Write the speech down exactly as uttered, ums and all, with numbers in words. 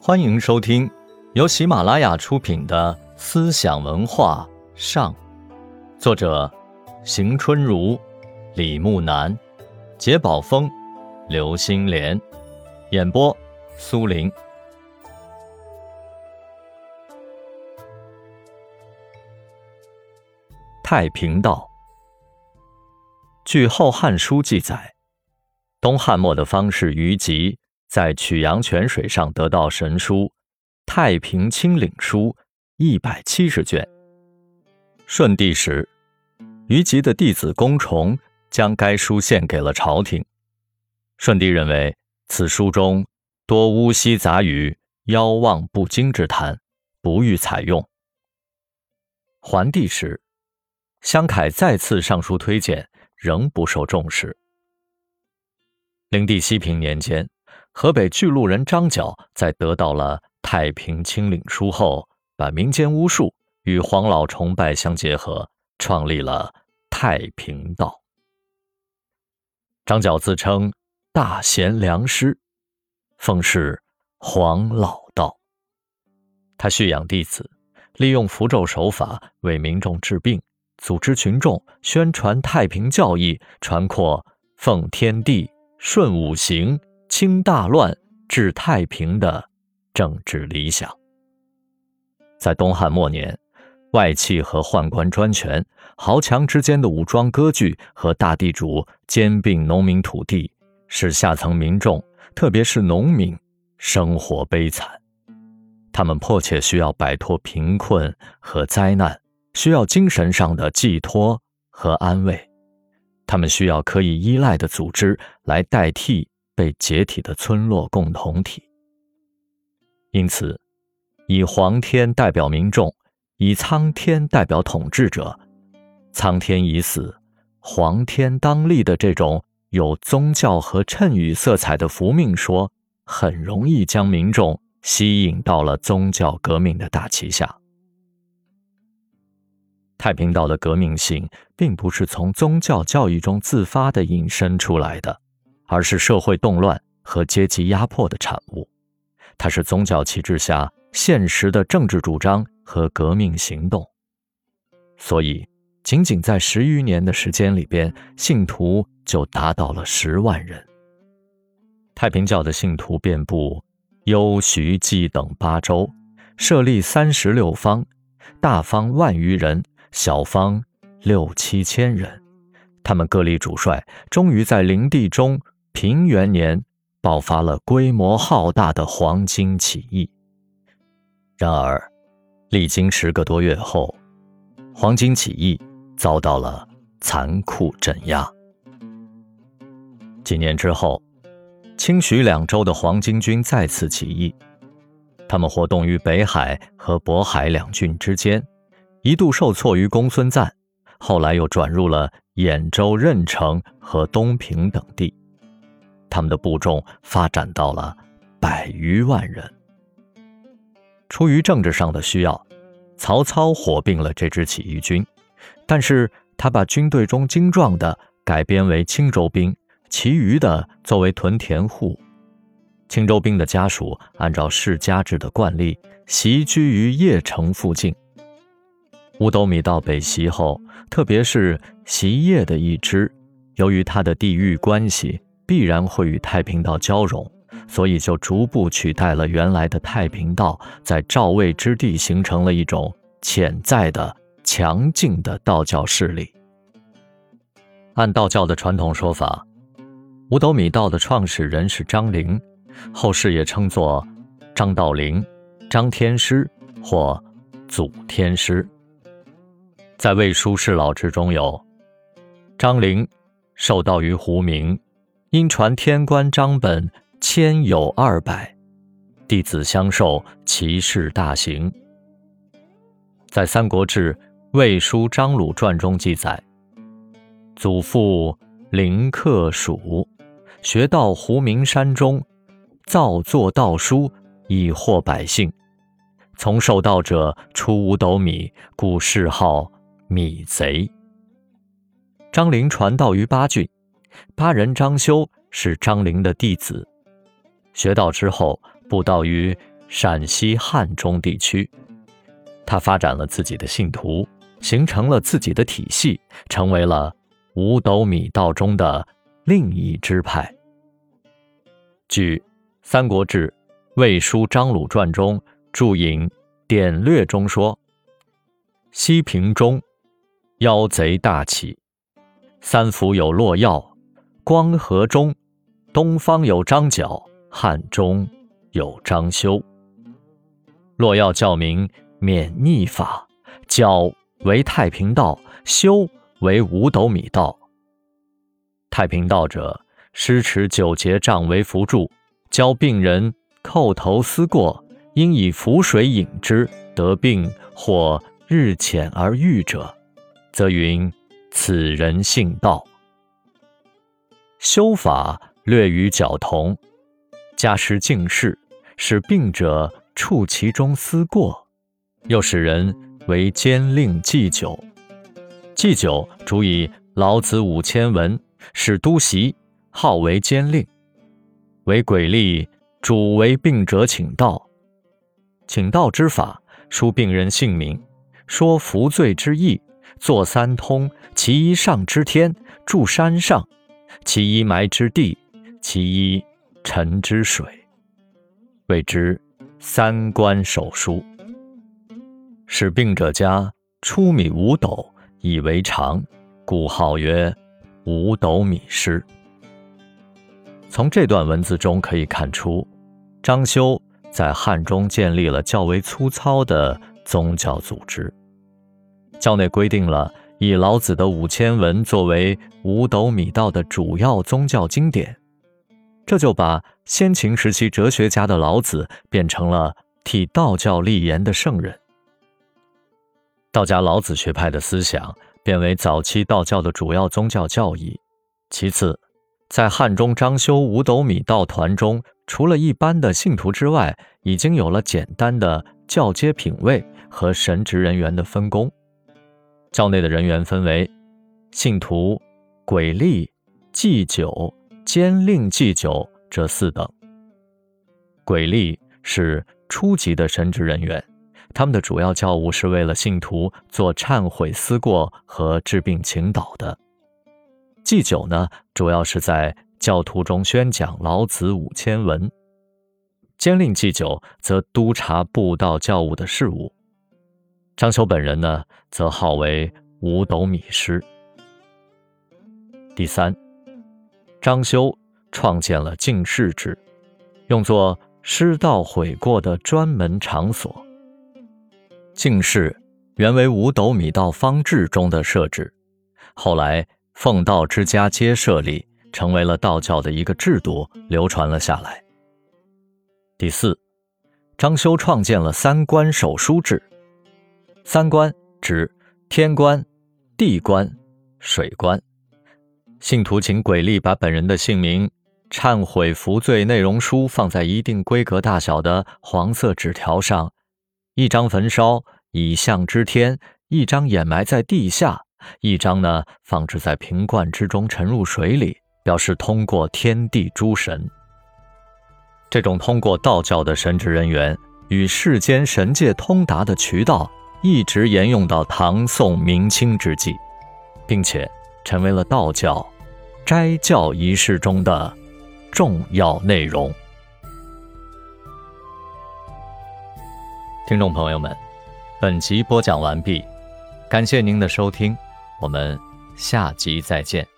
欢迎收听由喜马拉雅出品的《思想文化上》，作者邢春如、李木南、杰宝峰、刘星莲，演播苏林。太平道。据《后汉书》记载，东汉末的方士于吉在曲阳泉水上得到神书《太平清领书》一百七十卷。顺帝时，于吉的弟子公崇将该书献给了朝廷。顺帝认为此书中多污兮杂语、妖妄不经之谈，不予采用。桓帝时，襄凯再次上书推荐，仍不受重视。灵帝熙平年间，河北巨鹿人张角在得到了太平清领书后，把民间巫术与黄老崇拜相结合，创立了太平道。张角自称大贤良师，奉谥黄老道。他蓄养弟子，利用符咒手法为民众治病，组织群众宣传太平教义，传扩奉天地、顺五行、清大乱、治太平的政治理想。在东汉末年，外戚和宦官专权，豪强之间的武装割据和大地主兼并农民土地，使下层民众，特别是农民，生活悲惨。他们迫切需要摆脱贫困和灾难，需要精神上的寄托和安慰。他们需要可以依赖的组织来代替被解体的村落共同体。因此，以皇天代表民众，以苍天代表统治者，苍天已死，皇天当立的这种有宗教和谶语色彩的福命说，很容易将民众吸引到了宗教革命的大旗下。太平道的革命性并不是从宗教教义中自发地引申出来的，而是社会动乱和阶级压迫的产物。它是宗教旗帜下现实的政治主张和革命行动。所以，仅仅在十余年的时间里边，信徒就达到了十万人。太平教的信徒遍布幽、徐、冀等八州，设立三十六方，大方万余人，小方六七千人。他们各立主帅，终于在灵帝中平元年爆发了规模浩大的黄巾起义。然而，历经十个多月后，黄巾起义遭到了残酷镇压。几年之后，清徐两州的黄巾军再次起义，他们活动于北海和渤海两郡之间，一度受挫于公孙瓒，后来又转入了兖州任城和东平等地。他们的部众发展到了百余万人。出于政治上的需要，曹操火并了这支起义军，但是他把军队中精壮的改编为青州兵，其余的作为屯田户。青州兵的家属按照世家制的惯例，袭居于邺城附近。五斗米到北袭后，特别是袭邺的一支，由于它的地域关系，必然会与太平道交融，所以就逐步取代了原来的太平道，在赵魏之地形成了一种潜在的强劲的道教势力。按道教的传统说法，五斗米道的创始人是张陵，后世也称作张道陵、张天师或祖天师。在魏书世老志中有张陵受道于胡明，因传天官张本千有二百，弟子相授，其事大行。在三国志魏书张鲁传中记载，祖父林克蜀，学道胡明山中，造作道书，以惑百姓。从受道者出五斗米，故谥号米贼。张陵传道于巴郡，巴人张修是张陵的弟子。学道之后，布道于陕西汉中地区。他发展了自己的信徒，形成了自己的体系，成为了五斗米道中的另一支派。据《三国志·魏书张鲁传》中注引典略中说，西平中妖贼大起，三府有洛药，光和中，东方有张角，汉中有张修。洛药教名免逆法，角为太平道，修为五斗米道。太平道者，施持九节杖为符柱，教病人叩头思过，应以符水饮之，得病或日浅而愈者，则云此人信道。修法略与角同，加施净事，使病者触其中思过，又使人为监令祭酒。祭酒主以老子五千文，使督习，号为监令。为鬼吏，主为病者请道。请道之法，书病人姓名，说服罪之意，作三通，其一上知天，住山上，其一埋之地，其一沉之水，谓之三官手书。使病者家出米五斗，以为常，故号曰五斗米师。从这段文字中可以看出，张修在汉中建立了较为粗糙的宗教组织。教内规定了以老子的五千文作为五斗米道的主要宗教经典，这就把先秦时期哲学家的老子变成了替道教立言的圣人。道家老子学派的思想变为早期道教的主要宗教教义。其次，在汉中张修五斗米道团中，除了一般的信徒之外，已经有了简单的教阶品位和神职人员的分工。教内的人员分为信徒、鬼吏、祭酒、监令祭酒这四等。鬼吏是初级的神职人员，他们的主要教务是为了信徒做忏悔思过和治病请祷的。祭酒呢，主要是在教徒中宣讲老子五千文。监令祭酒则督察布道教务的事务。张修本人呢，则号为五斗米师。第三，张修创建了净室制，用作施道悔过的专门场所。净室原为五斗米道方志中的设置，后来奉道之家皆设立，成为了道教的一个制度，流传了下来。第四，张修创建了三官手书制。三官指天官、地官、水官。信徒请鬼吏把本人的姓名、忏悔服罪内容书放在一定规格大小的黄色纸条上，一张焚烧以象知天，一张掩埋在地下，一张呢放置在瓶罐之中沉入水里，表示通过天地诸神。这种通过道教的神职人员与世间神界通达的渠道，一直沿用到唐宋明清之际，并且成为了道教斋教仪式中的重要内容。听众朋友们，本集播讲完毕，感谢您的收听，我们下集再见。